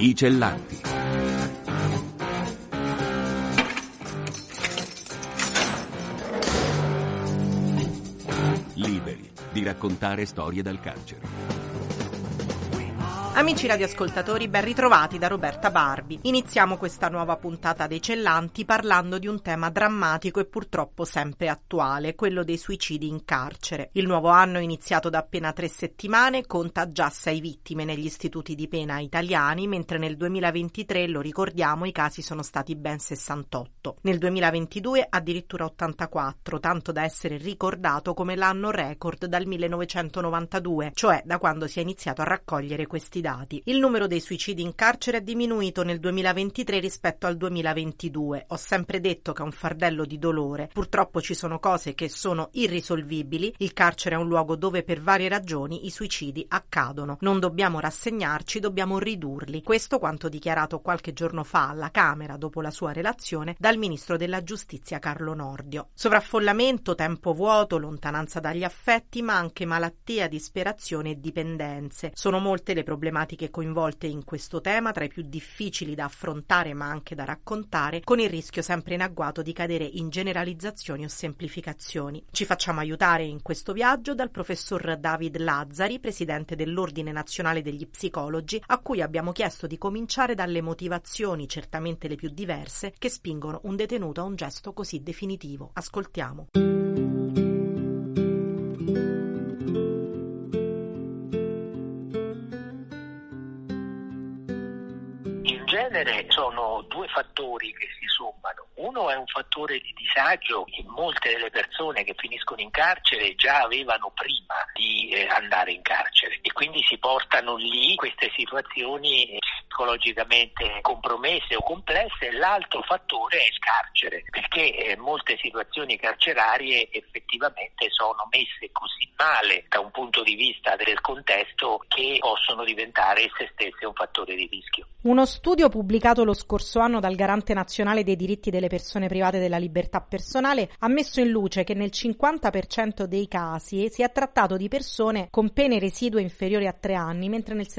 I Cellanti. Liberi di raccontare storie dal carcere. Amici radioascoltatori, ben ritrovati da Roberta Barbi. Iniziamo questa nuova puntata dei Cellanti parlando di un tema drammatico e purtroppo sempre attuale, quello dei suicidi in carcere. Il nuovo anno, iniziato da appena 3 settimane, conta già 6 vittime negli istituti di pena italiani, mentre nel 2023, lo ricordiamo, i casi sono stati ben 68. Nel 2022 addirittura 84, tanto da essere ricordato come l'anno record dal 1992, cioè da quando si è iniziato a raccogliere questi dati. Il numero dei suicidi in carcere è diminuito nel 2023 rispetto al 2022. Ho sempre detto che è un fardello di dolore. Purtroppo ci sono cose che sono irrisolvibili. Il carcere è un luogo dove per varie ragioni i suicidi accadono. Non dobbiamo rassegnarci, dobbiamo ridurli. Questo quanto dichiarato qualche giorno fa alla Camera dopo la sua relazione dal ministro della Giustizia Carlo Nordio. Sovraffollamento, tempo vuoto, lontananza dagli affetti, ma anche malattia, disperazione e dipendenze. Sono molte le problematiche coinvolte in questo tema, tra i più difficili da affrontare ma anche da raccontare, con il rischio sempre in agguato di cadere in generalizzazioni o semplificazioni. Ci facciamo aiutare in questo viaggio dal professor David Lazzari, presidente dell'Ordine Nazionale degli Psicologi, a cui abbiamo chiesto di cominciare dalle motivazioni, certamente le più diverse, che spingono un detenuto a un gesto così definitivo. Ascoltiamo. Sono due fattori che si sommano. Uno è un fattore di disagio che molte delle persone che finiscono in carcere già avevano prima di andare in carcere e quindi si portano lì queste situazioni psicologicamente compromesse o complesse. L'altro fattore è il carcere, perché molte situazioni carcerarie effettivamente sono messe così male da un punto di vista del contesto che possono diventare esse stesse un fattore di rischio. Uno studio pubblicato lo scorso anno dal Garante Nazionale dei Diritti delle Persone Private della Libertà Personale ha messo in luce che nel 50% dei casi si è trattato di persone con pene residue inferiori a 3 anni, mentre nel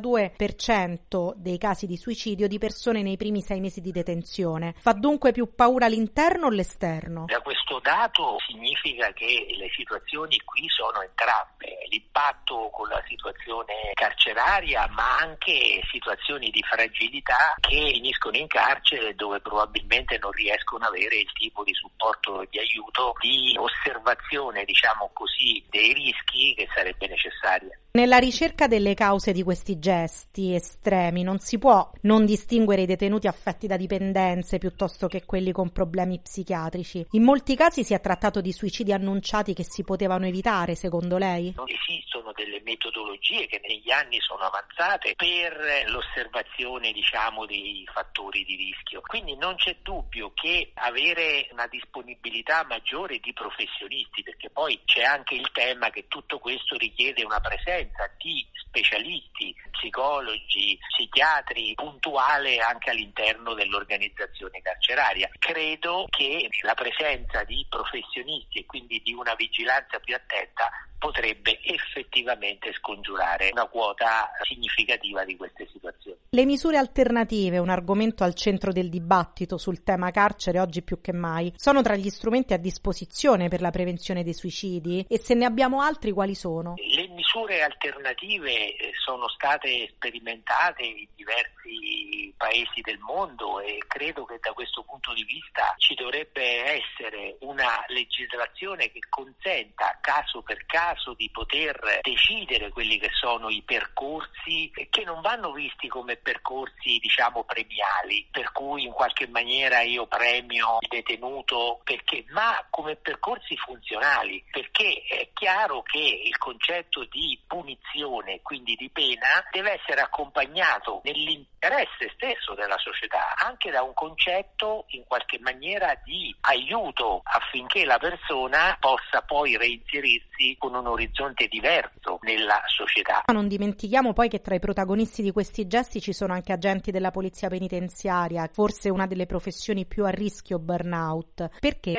62% dei casi di suicidio di persone nei primi 6 mesi di detenzione. Fa dunque più paura l'interno o l'esterno? Da questo dato significa che le situazioni qui sono entrambe, l'impatto con la situazione carceraria ma anche situazioni di fragilità che finiscono in carcere dove probabilmente non riescono ad avere il tipo di supporto e di aiuto, di osservazione, diciamo così, dei rischi che sarebbe necessaria. Nella ricerca delle cause di questi gesti estremi non si può non distinguere i detenuti affetti da dipendenze piuttosto che quelli con problemi psichiatrici. In molti casi si è trattato di suicidi annunciati che si potevano evitare, secondo lei? Non esistono delle metodologie che negli anni sono avanzate per l'osservazione, diciamo, dei fattori di rischio. Quindi non c'è dubbio che avere una disponibilità maggiore di professionisti, perché poi c'è anche il tema che tutto questo richiede una presenza di specialisti, psicologi, psichiatri puntuale anche all'interno dell'organizzazione carceraria. Credo che la presenza di professionisti e quindi di una vigilanza più attenta potrebbe effettivamente scongiurare una quota significativa di queste situazioni. Le misure alternative, un argomento al centro del dibattito sul tema carcere oggi più che mai, sono tra gli strumenti a disposizione per la prevenzione dei suicidi? E se ne abbiamo altri, quali sono? Le misure alternative sono state sperimentate in diversi paesi del mondo e credo che da questo punto di vista ci dovrebbe essere una legislazione che consenta caso per caso di poter decidere quelli che sono i percorsi che non vanno visti come percorsi, diciamo, premiali, per cui in qualche maniera io premio il detenuto ma come percorsi funzionali, perché è chiaro che il concetto di punizione, quindi di pena, deve essere accompagnato nell'interesse stesso della società anche da un concetto in qualche maniera di aiuto affinché la persona possa poi reinserirsi con un orizzonte diverso nella società. Non dimentichiamo poi che tra i protagonisti di questi gesti ci sono anche agenti della polizia penitenziaria, forse una delle professioni più a rischio burnout. Perché? Perché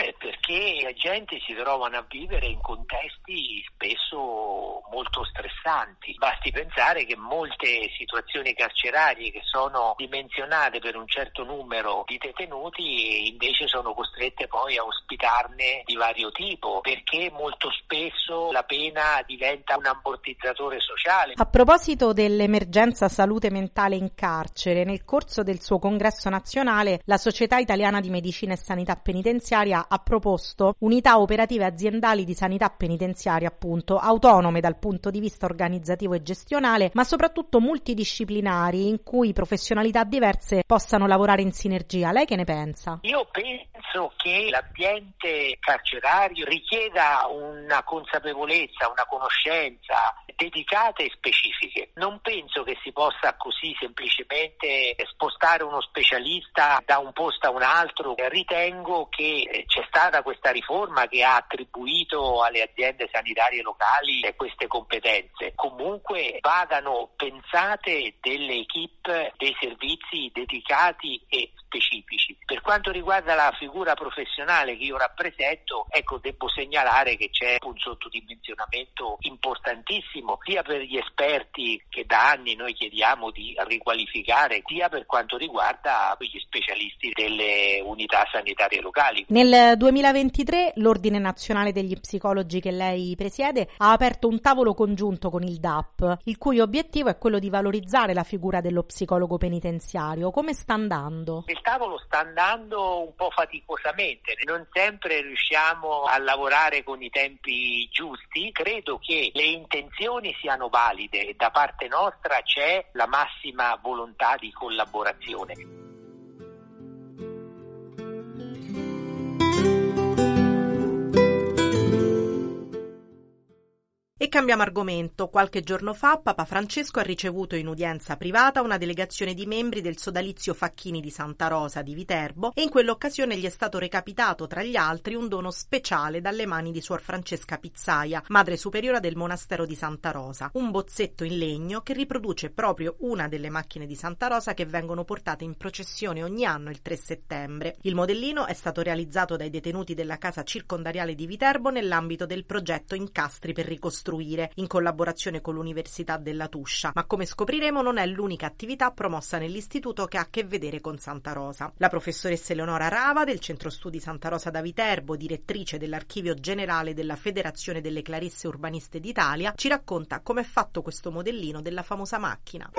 perché la gente si trovano a vivere in contesti spesso molto stressanti. Basti pensare che molte situazioni carcerarie che sono dimensionate per un certo numero di detenuti invece sono costrette poi a ospitarne di vario tipo, perché molto spesso la pena diventa un ammortizzatore sociale. A proposito dell'emergenza salute mentale in carcere, nel corso del suo congresso nazionale la Società Italiana di Medicina e Sanità Penitenziaria ha proposto unità operative aziendali di sanità penitenziaria, appunto, autonome dal punto di vista organizzativo e gestionale, ma soprattutto multidisciplinari, in cui professionalità diverse possano lavorare in sinergia. Lei che ne pensa? Io penso che l'ambiente carcerario richieda una consapevolezza, una conoscenza dedicate e specifiche. Non penso che si possa così semplicemente spostare uno specialista da un posto a un altro. Ritengo che c'è stata questa riforma che ha attribuito alle aziende sanitarie locali queste competenze. Comunque vadano pensate delle equip, dei servizi dedicati e specifici. Per quanto riguarda la figura professionale che io rappresento, devo segnalare che c'è un sottodimensionamento importantissimo sia per gli esperti che da anni noi chiediamo di riqualificare, sia per quanto riguarda gli specialisti delle unità sanitarie locali. Nel 2023 l'Ordine Nazionale degli Psicologi che lei presiede ha aperto un tavolo congiunto con il DAP, il cui obiettivo è quello di valorizzare la figura dello psicologo penitenziario. Come sta andando? Il tavolo sta andando un po' faticosamente, non sempre riusciamo a lavorare con i tempi giusti. Credo che le intenzioni siano valide e da parte nostra c'è la massima volontà di collaborazione. E cambiamo argomento. Qualche giorno fa Papa Francesco ha ricevuto in udienza privata una delegazione di membri del sodalizio Facchini di Santa Rosa di Viterbo e in quell'occasione gli è stato recapitato tra gli altri un dono speciale dalle mani di Suor Francesca Pizzaia, madre superiora del monastero di Santa Rosa, un bozzetto in legno che riproduce proprio una delle macchine di Santa Rosa che vengono portate in processione ogni anno il 3 settembre. Il modellino è stato realizzato dai detenuti della casa circondariale di Viterbo nell'ambito del progetto Incastri per ricostruire, in collaborazione con l'Università della Tuscia, ma come scopriremo non è l'unica attività promossa nell'istituto che ha a che vedere con Santa Rosa. La professoressa Eleonora Rava del Centro Studi Santa Rosa da Viterbo, direttrice dell'Archivio Generale della Federazione delle Clarisse Urbaniste d'Italia, ci racconta come è fatto questo modellino della famosa macchina.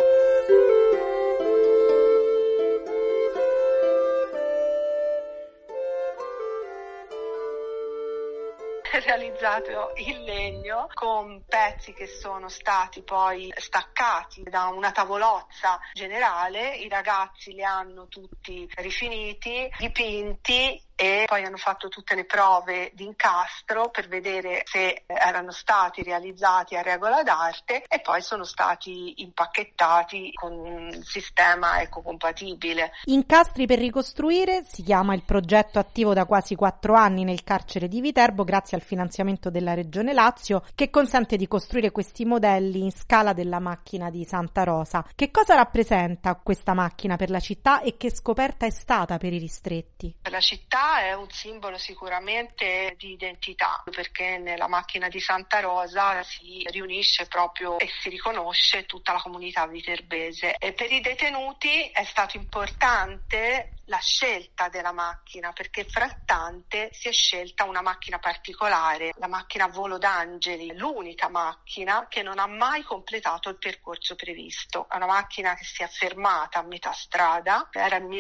Realizzato in legno con pezzi che sono stati poi staccati da una tavolozza generale. I ragazzi li hanno tutti rifiniti, dipinti e poi hanno fatto tutte le prove di incastro per vedere se erano stati realizzati a regola d'arte e poi sono stati impacchettati con un sistema ecocompatibile. Incastri per ricostruire si chiama il progetto, attivo da quasi 4 anni nel carcere di Viterbo grazie al finanziamento della Regione Lazio, che consente di costruire questi modelli in scala della macchina di Santa Rosa. Che cosa rappresenta questa macchina per la città e che scoperta è stata per i ristretti? Per la città è un simbolo sicuramente di identità, perché nella macchina di Santa Rosa si riunisce proprio e si riconosce tutta la comunità viterbese. E per i detenuti è stato importante la scelta della macchina, perché fra tante si è scelta una macchina particolare, la macchina Volo d'Angeli, l'unica macchina che non ha mai completato il percorso previsto. È una macchina che si è fermata a metà strada, era il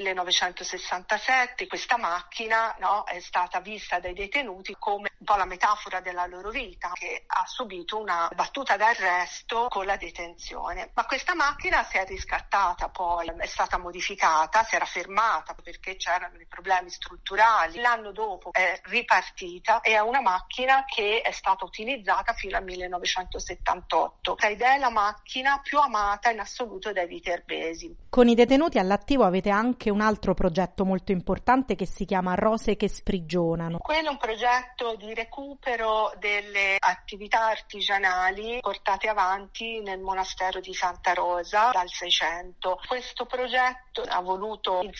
1967, questa macchina è stata vista dai detenuti come un po' la metafora della loro vita, che ha subito una battuta d'arresto con la detenzione. Ma questa macchina si è riscattata, poi è stata modificata, si era fermata perché c'erano dei problemi strutturali. L'anno dopo è ripartita e è una macchina che è stata utilizzata fino al 1978 ed è la macchina più amata in assoluto dai viterbesi. Con i detenuti all'attivo avete anche un altro progetto molto importante che si chiama Rose che sprigionano. Quello è un progetto di recupero delle attività artigianali portate avanti nel monastero di Santa Rosa dal 600. Questo progetto ha voluto insegnare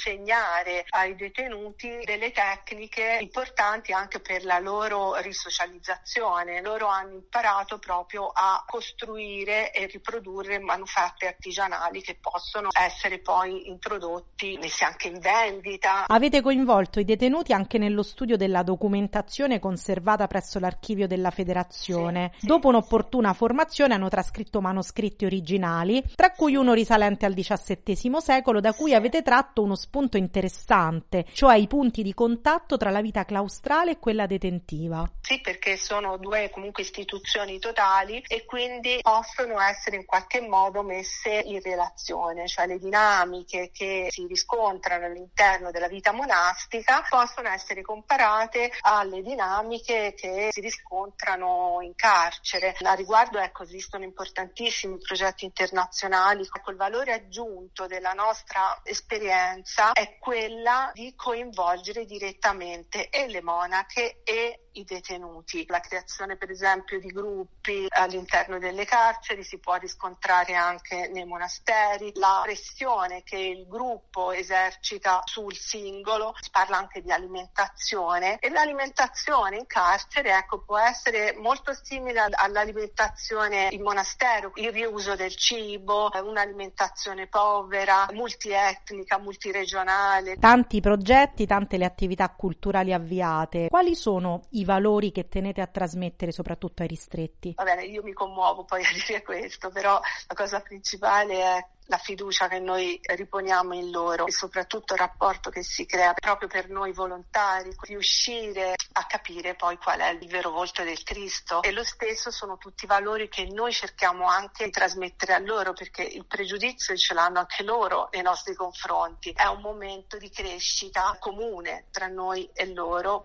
insegnare ai detenuti delle tecniche importanti anche per la loro risocializzazione. Loro hanno imparato proprio a costruire e riprodurre manufatti artigianali che possono essere poi introdotti, messi anche in vendita. Avete coinvolto i detenuti anche nello studio della documentazione conservata presso l'archivio della Federazione. Sì. Dopo un'opportuna formazione hanno trascritto manoscritti originali, tra cui uno risalente al XVII secolo, da cui avete tratto uno spunto interessante, cioè i punti di contatto tra la vita claustrale e quella detentiva. Sì, perché sono due comunque istituzioni totali e quindi possono essere in qualche modo messe in relazione, cioè le dinamiche che si riscontrano all'interno della vita monastica possono essere comparate alle dinamiche che si riscontrano in carcere. A riguardo, esistono importantissimi progetti internazionali. Col valore aggiunto della nostra esperienza è quella di coinvolgere direttamente e le monache e i detenuti. La creazione per esempio di gruppi all'interno delle carceri si può riscontrare anche nei monasteri, la pressione che il gruppo esercita sul singolo, si parla anche di alimentazione e l'alimentazione in carcere può essere molto simile all'alimentazione in monastero, il riuso del cibo, un'alimentazione povera, multietnica, multiregionale. Tanti progetti, tante le attività culturali avviate. Quali sono i valori che tenete a trasmettere soprattutto ai ristretti? Va bene, io mi commuovo poi a dire questo, però la cosa principale è la fiducia che noi riponiamo in loro e soprattutto il rapporto che si crea proprio per noi volontari, riuscire a capire poi qual è il vero volto del Cristo. E lo stesso sono tutti valori che noi cerchiamo anche di trasmettere a loro, perché il pregiudizio ce l'hanno anche loro nei nostri confronti. È un momento di crescita comune tra noi e loro.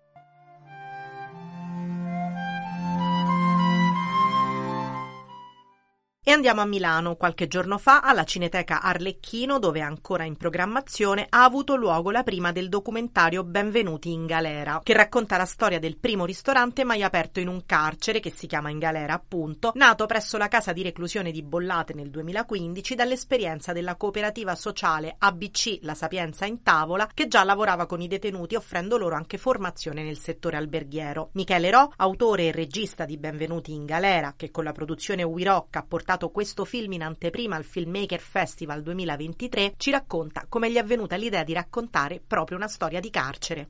E andiamo a Milano. Qualche giorno fa, alla Cineteca Arlecchino, dove è ancora in programmazione, ha avuto luogo la prima del documentario Benvenuti in Galera, che racconta la storia del primo ristorante mai aperto in un carcere, che si chiama In Galera appunto, nato presso la casa di reclusione di Bollate nel 2015 dall'esperienza della cooperativa sociale ABC La Sapienza in Tavola, che già lavorava con i detenuti offrendo loro anche formazione nel settore alberghiero. Michele Ro, autore e regista di Benvenuti in Galera, che con la produzione We Rock ha portato questo film in anteprima al Filmmaker Festival 2023, ci racconta come gli è venuta l'idea di raccontare proprio una storia di carcere.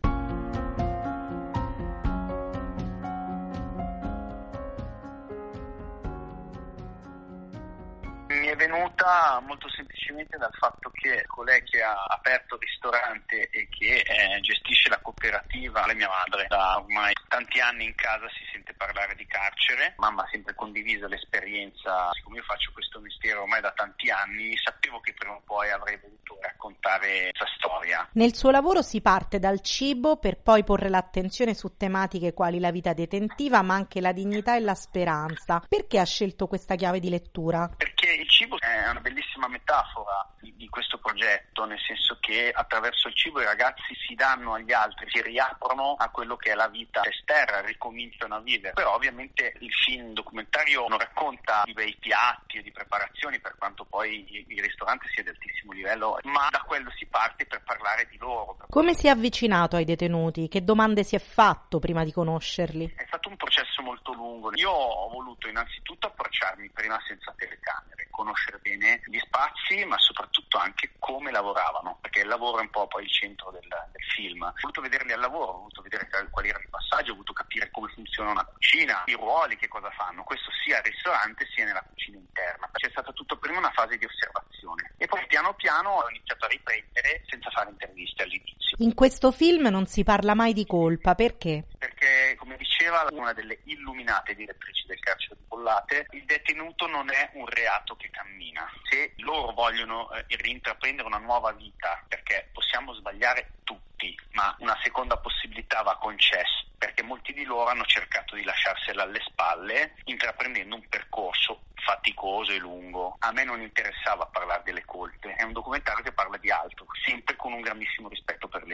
Mi è venuta molto semplicemente dal fatto che colei che ha aperto il ristorante e che gestisce la cooperativa, la mia madre, da ormai tanti anni in casa si sente parlare di carcere. Mamma ha sempre condiviso l'esperienza. Siccome io faccio questo mestiere ormai da tanti anni, sapevo che prima o poi avrei voluto raccontare questa storia. Nel suo lavoro si parte dal cibo per poi porre l'attenzione su tematiche quali la vita detentiva, ma anche la dignità e la speranza. Perché ha scelto questa chiave di lettura? Perché il cibo è una bellissima metafora di questo progetto, nel senso che attraverso il cibo i ragazzi si danno agli altri, si riaprono a quello che è la vita esterna, ricominciano a vivere. Però ovviamente il film documentario non racconta di bei piatti o di preparazioni, per quanto poi il ristorante sia di altissimo livello, ma da quello si parte per parlare di loro. Come si è avvicinato ai detenuti? Che domande si è fatto prima di conoscerli? È stato un processo molto lungo. Io ho voluto innanzitutto approcciarmi prima senza telecamere, conoscere bene gli spazi, ma soprattutto anche come lavoravano, perché il lavoro è un po' poi il centro del film. Ho voluto vederli al lavoro, ho voluto vedere quali erano i passaggi, ho voluto capire come funziona una cucina, i ruoli, che cosa fanno, questo sia al ristorante sia nella cucina interna. C'è stata tutto prima una fase di osservazione e poi piano piano ho iniziato a riprendere senza fare interviste all'inizio. In questo film non si parla mai di colpa, perché? Perché, come diceva una delle illuminate direttrici del carcere di Bollate, il detenuto non è un reato che cammina. Se loro vogliono intraprendere una nuova vita, perché possiamo sbagliare tutti, ma una seconda possibilità va concessa, perché molti di loro hanno cercato di lasciarsela alle spalle, intraprendendo un percorso faticoso e lungo. A me non interessava parlare delle colpe, è un documentario che parla di altro, sempre con un grandissimo rispetto per le vittime.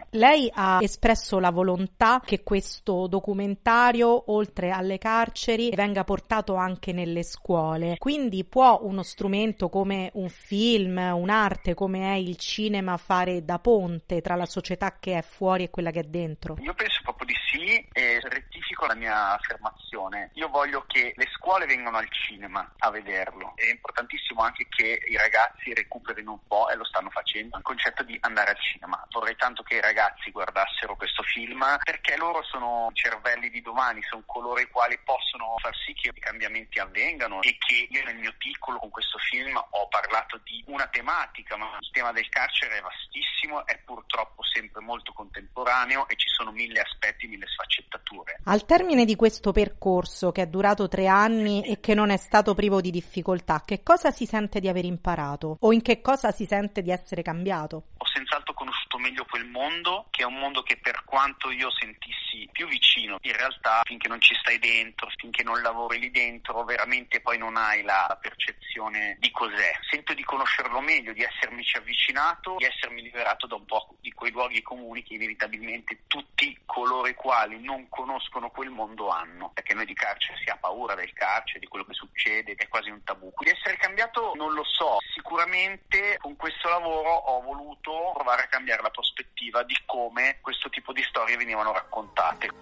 Lei ha espresso la volontà che questo documentario, oltre alle carceri, venga portato anche nelle scuole. Quindi può uno strumento come un film, un'arte come è il cinema fare da ponte tra la società che è fuori e quella che è dentro? Io penso proprio di sì, e rettifico la mia affermazione. Io voglio che le scuole vengano al cinema a vederlo. È importantissimo anche che i ragazzi recuperino un po', e lo stanno facendo, il concetto di andare al cinema. Vorrei tanto che i ragazzi guardassero questo film, perché loro sono cervelli di domani, sono coloro i quali possono far sì che i cambiamenti avvengano, e che io nel mio piccolo con questo film ho parlato di una tematica, ma il tema del carcere è vastissimo, è purtroppo sempre molto contemporaneo e ci sono 1000 aspetti, 1000 sfaccettature. Al termine di questo percorso, che è durato 3 anni e che non è stato privo di difficoltà, che cosa si sente di aver imparato? O in che cosa si sente di essere cambiato? Ho senz'altro conosciuto meglio quel mondo, che è un mondo che per quanto io sentissi più vicino, in realtà finché non ci stai dentro, finché non lavori lì dentro, veramente poi non hai la percezione di cos'è. Sento di conoscerlo meglio, di essermici avvicinato, di essermi liberato da un po' di quei luoghi comuni che inevitabilmente tutti coloro i quali non conoscono quel mondo hanno, perché noi di carcere si ha paura del carcere, di quello che succede, è quasi un tabù. Di essere cambiato non lo so, sicuramente con questo lavoro ho voluto provare a cambiare la prospettiva di come questo tipo di storie venivano raccontate.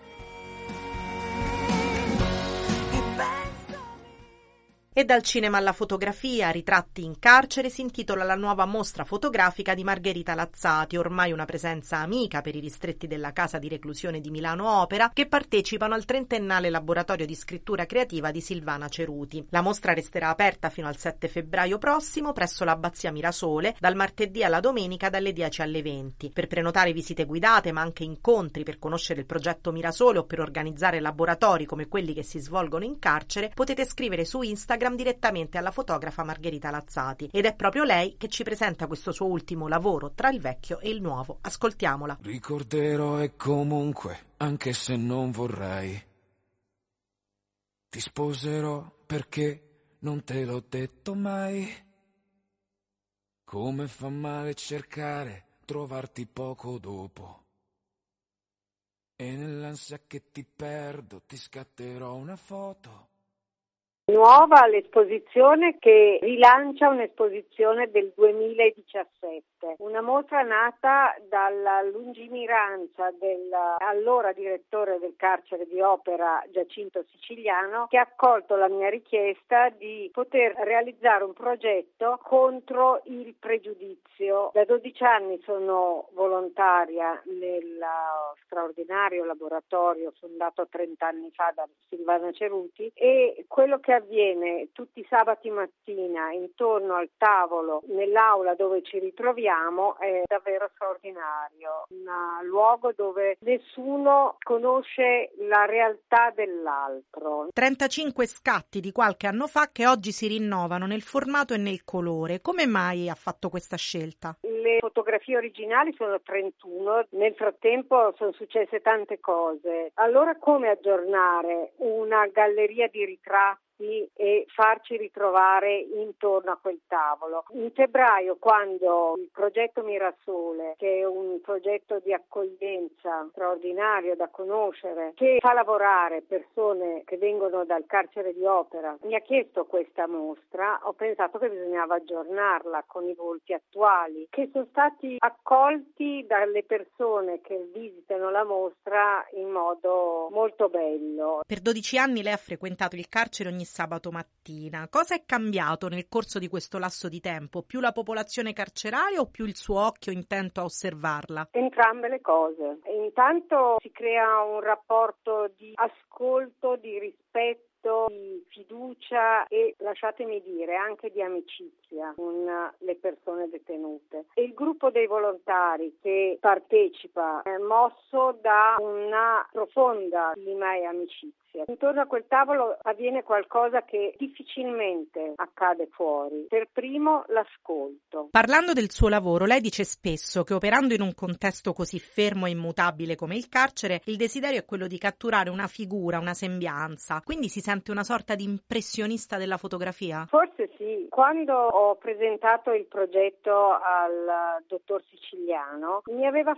E dal cinema alla fotografia, ritratti in carcere, si intitola la nuova mostra fotografica di Margherita Lazzati, ormai una presenza amica per i ristretti della casa di reclusione di Milano Opera, che partecipano al 30ennale laboratorio di scrittura creativa di Silvana Ceruti. La mostra resterà aperta fino al 7 febbraio prossimo presso l'Abbazia Mirasole, dal martedì alla domenica dalle 10 alle 20. Per prenotare visite guidate, ma anche incontri per conoscere il progetto Mirasole o per organizzare laboratori come quelli che si svolgono in carcere, potete scrivere su Instagram direttamente alla fotografa Margherita Lazzati, ed è proprio lei che ci presenta questo suo ultimo lavoro tra il vecchio e il nuovo. Ascoltiamola. Ricorderò e comunque, anche se non vorrei, ti sposerò perché non te l'ho detto mai. Come fa male cercare, trovarti poco dopo, e nell'ansia che ti perdo ti scatterò una foto. Nuova l'esposizione che rilancia un'esposizione del 2017, una mostra nata dalla lungimiranza dell'allora direttore del carcere di Opera Giacinto Siciliano, che ha accolto la mia richiesta di poter realizzare un progetto contro il pregiudizio. Da 12 anni sono volontaria nel straordinario laboratorio fondato 30 anni fa da Silvana Ceruti, e quello che avviene tutti i sabati mattina intorno al tavolo nell'aula dove ci ritroviamo è davvero straordinario, un luogo dove nessuno conosce la realtà dell'altro. 35 scatti di qualche anno fa che oggi si rinnovano nel formato e nel colore. Come mai ha fatto questa scelta? Le fotografie originali sono 31, nel frattempo sono successe tante cose. Allora come aggiornare una galleria di ritratti e farci ritrovare intorno a quel tavolo? In febbraio, quando il progetto Mirasole, che è un progetto di accoglienza straordinario da conoscere, che fa lavorare persone che vengono dal carcere di Opera, mi ha chiesto questa mostra, ho pensato che bisognava aggiornarla con i volti attuali, che sono stati accolti dalle persone che visitano la mostra in modo molto bello. Per 12 anni lei ha frequentato il carcere ogni sabato mattina. Cosa è cambiato nel corso di questo lasso di tempo? Più la popolazione carceraria o più il suo occhio intento a osservarla? Entrambe le cose. Intanto si crea un rapporto di ascolto, di rispetto, di fiducia e, lasciatemi dire, anche di amicizia con le persone detenute. E il gruppo dei volontari che partecipa è mosso da una profonda stima e amicizia. Intorno a quel tavolo avviene qualcosa che difficilmente accade fuori. Per primo l'ascolto. Parlando del suo lavoro, lei dice spesso che operando in un contesto così fermo e immutabile come il carcere, il desiderio è quello di catturare una figura, una sembianza. Quindi si sente una sorta di impressionista della fotografia? Forse sì. Quando ho presentato il progetto al dottor Siciliano, mi aveva fatto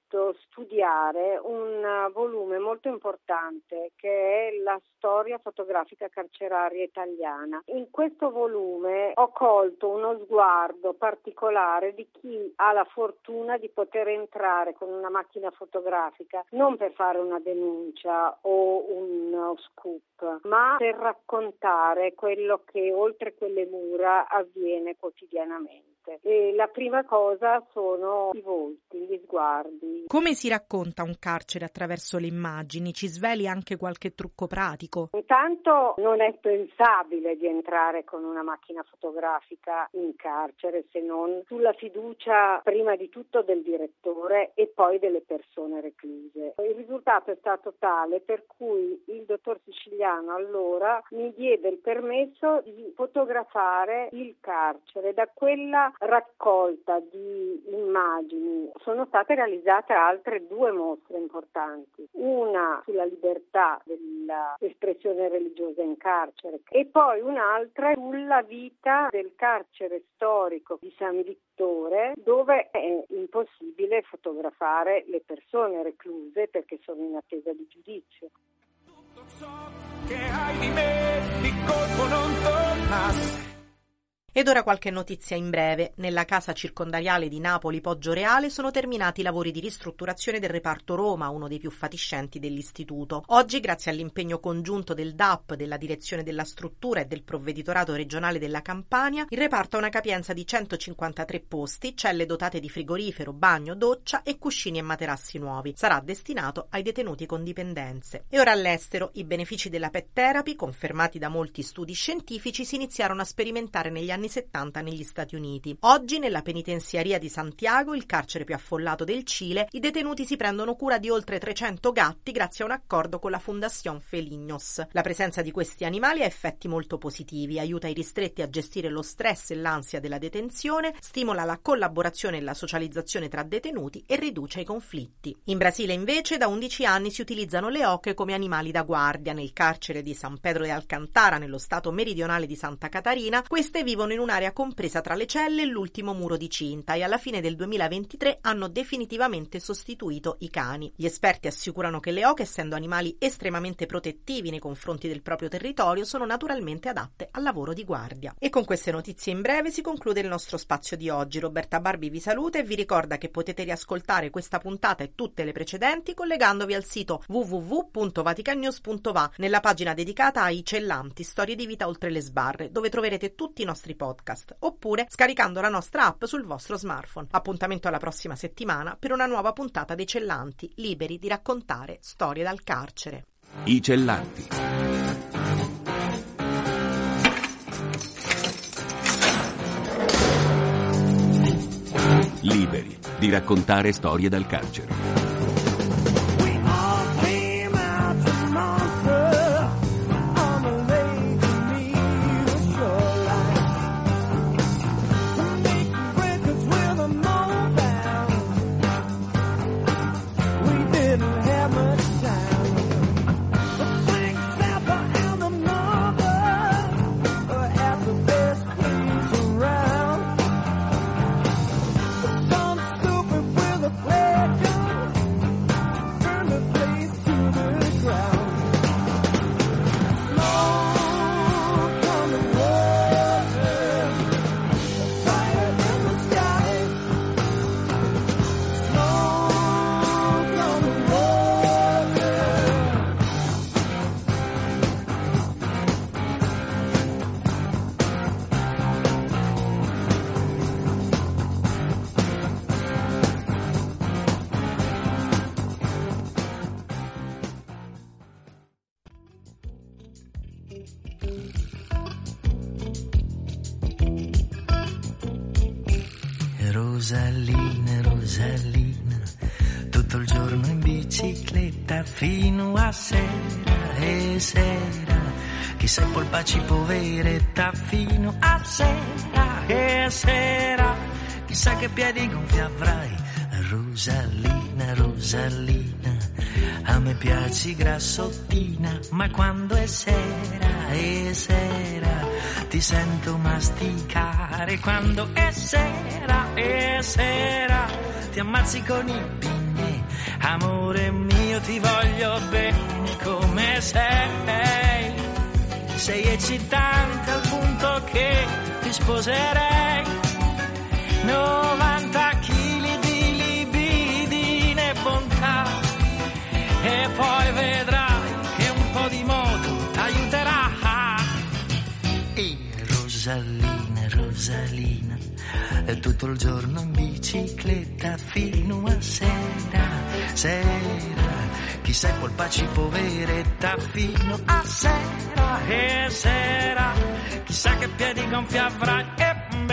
voluto studiare un volume molto importante che è la storia fotografica carceraria italiana. In questo volume ho colto uno sguardo particolare di chi ha la fortuna di poter entrare con una macchina fotografica non per fare una denuncia o uno scoop, ma per raccontare quello che oltre quelle mura avviene quotidianamente. E la prima cosa sono i volti, gli sguardi. Come si racconta un carcere attraverso le immagini? Ci sveli anche qualche trucco pratico? Intanto non è pensabile di entrare con una macchina fotografica in carcere se non sulla fiducia prima di tutto del direttore e poi delle persone recluse. Il risultato è stato tale per cui il dottor Siciliano allora mi diede il permesso di fotografare il carcere. Da quella raccolta di immagini sono state realizzate altre 2 mostre importanti, una sulla libertà dell'espressione religiosa in carcere e poi un'altra sulla vita del carcere storico di San Vittore, dove è impossibile fotografare le persone recluse perché sono in attesa di giudizio. Tutto ciò che hai di me di colpo non torna. Ed ora qualche notizia in breve. Nella casa circondariale di Napoli Poggioreale sono terminati i lavori di ristrutturazione del reparto Roma, uno dei più fatiscenti dell'istituto. Oggi, grazie all'impegno congiunto del DAP, della direzione della struttura e del provveditorato regionale della Campania, il reparto ha una capienza di 153 posti, celle dotate di frigorifero, bagno, doccia e cuscini e materassi nuovi. Sarà destinato ai detenuti con dipendenze. E ora all'estero, i benefici della pet therapy, confermati da molti studi scientifici, si iniziarono a sperimentare negli anni 70 negli Stati Uniti. Oggi nella penitenziaria di Santiago, il carcere più affollato del Cile, i detenuti si prendono cura di oltre 300 gatti grazie a un accordo con la Fundación Felinos. La presenza di questi animali ha effetti molto positivi, aiuta i ristretti a gestire lo stress e l'ansia della detenzione, stimola la collaborazione e la socializzazione tra detenuti e riduce i conflitti. In Brasile invece da 11 anni si utilizzano le oche come animali da guardia. Nel carcere di San Pedro de Alcantara, nello stato meridionale di Santa Catarina, queste vivono in un'area compresa tra le celle e l'ultimo muro di cinta e alla fine del 2023 hanno definitivamente sostituito i cani. Gli esperti assicurano che le oche, essendo animali estremamente protettivi nei confronti del proprio territorio, sono naturalmente adatte al lavoro di guardia. E con queste notizie in breve si conclude il nostro spazio di oggi. Roberta Barbi vi saluta e vi ricorda che potete riascoltare questa puntata e tutte le precedenti collegandovi al sito www.vaticannews.va nella pagina dedicata ai cellanti, storie di vita oltre le sbarre, dove troverete tutti i nostri podcast, oppure scaricando la nostra app sul vostro smartphone. Appuntamento alla prossima settimana per una nuova puntata dei Cellanti, liberi di raccontare storie dal carcere. I Cellanti. Liberi di raccontare storie dal carcere. Rosalina, Rosalina, tutto il giorno in bicicletta fino a sera e sera, chissà i polpacci poveretta fino a sera e sera, chissà che piedi gonfi avrai. Rosalina, Rosalina, a me piaci grassottina, ma quando è sera e sera ti sento masticare. Quando è sera e sera ti ammazzi con i bignè Amore mio, ti voglio bene come sei. Sei eccitante al punto che ti sposerei. 90 chili di libidine e bontà, e poi vedrai che un po' di moto t'aiuterà. E Rosalina, Rosalina, è tutto il giorno in bicicletta fino a sera, sera. Chi sei polpacci poveretta fino a sera e sera. Chissà che piedi gonfi avrai e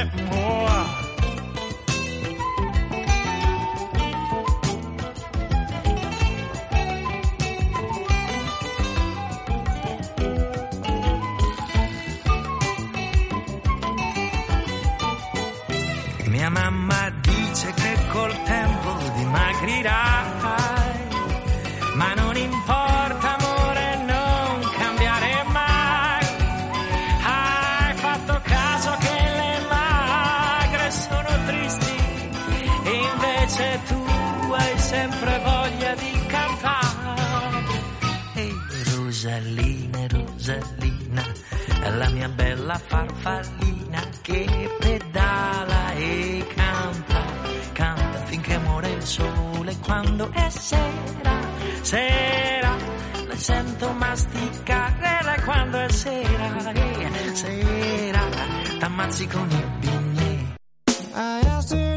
mia mamma dice che col tempo dimagrirai, ma non importa amore, non cambiare mai. Hai fatto caso che le magre sono tristi, e invece tu hai sempre voglia di cantare. E Rosalina, Rosalina, la mia bella farfallina che pedala e canta, canta finché muore il sole. Quando è sera, sera, la sento masticare. Quando è sera, sera, t'ammazzi con i bignè.